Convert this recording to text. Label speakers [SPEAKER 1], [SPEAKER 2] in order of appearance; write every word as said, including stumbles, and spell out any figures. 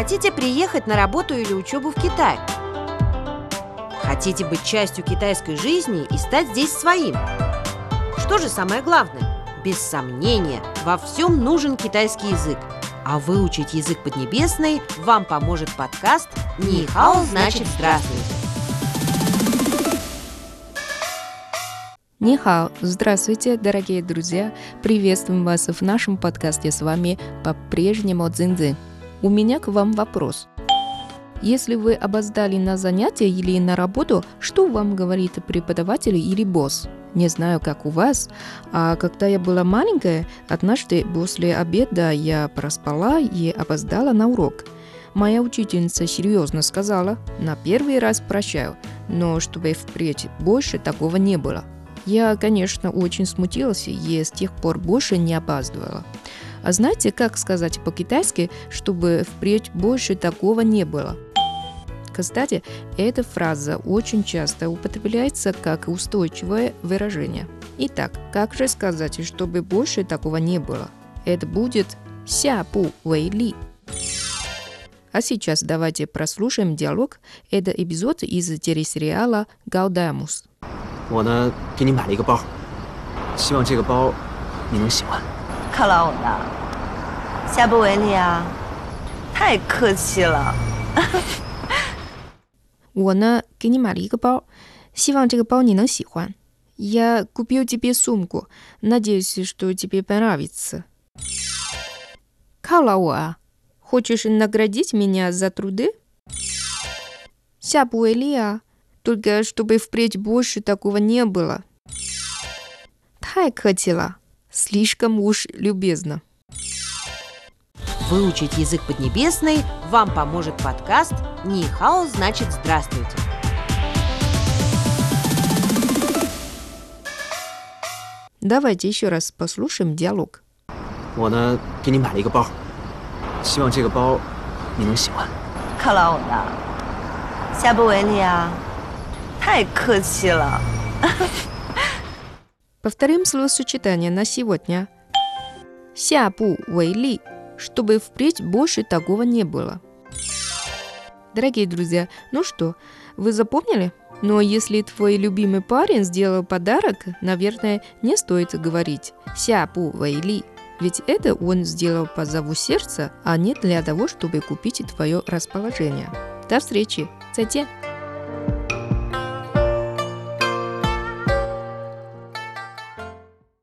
[SPEAKER 1] Хотите приехать на работу или учебу в Китай? Хотите быть частью китайской жизни и стать здесь своим? Что же самое главное? Без сомнения, во всем нужен китайский язык. А выучить язык поднебесный вам поможет подкаст «Ни хао, значит здравствуйте».
[SPEAKER 2] Ни хао, здравствуйте, дорогие друзья! Приветствуем вас в нашем подкасте. С вами по-прежнему Цзиньцзинь. У меня к вам вопрос. Если вы опоздали на занятия или на работу, что вам говорит преподаватель или босс? Не знаю, как у вас, а когда я была маленькая, однажды после обеда я проспала и опоздала на урок. Моя учительница серьезно сказала: «На первый раз прощаю, но чтобы впредь больше такого не было». Я, конечно, очень смутилась и с тех пор больше не опаздывала. А знаете, как сказать по-китайски, чтобы впредь больше такого не было? Кстати, эта фраза очень часто употребляется как устойчивое выражение. Итак, как же сказать, чтобы больше такого не было? Это будет «ся бу вэй ли». А сейчас давайте прослушаем диалог. Это эпизод из телесериала «Гаудамус».
[SPEAKER 3] 我呢，给你买了一个包，希望这个包你能喜欢。
[SPEAKER 4] 犒劳我呢？下不为例啊！太客气了。
[SPEAKER 2] 我呢，给你买了一个包，希望这个包你能喜欢。Я купил тебе сумку, надеюсь, что тебе понравится. 犒劳我啊？хочешь наградить меня за труды? 下不为例啊？ Только чтобы впредь больше такого не было. 太客气了, слишком уж любезно.
[SPEAKER 1] Выучить язык поднебесный вам поможет подкаст «Ни хао, значит здравствуйте».
[SPEAKER 2] Давайте еще раз послушаем диалог.
[SPEAKER 3] 我呢，给你买了一个包，希望这个包你能喜欢。
[SPEAKER 4] 犒劳我呢？下不为例啊！ 太客气了。
[SPEAKER 2] Повторим словосочетание на сегодня. 下不为例, чтобы впредь больше такого не было. Дорогие друзья, ну что, вы запомнили? Но если твой любимый парень сделал подарок, наверное, не стоит говорить 下不为例, ведь это он сделал по зову сердца, а не для того, чтобы купить твое расположение. До встречи! 再见!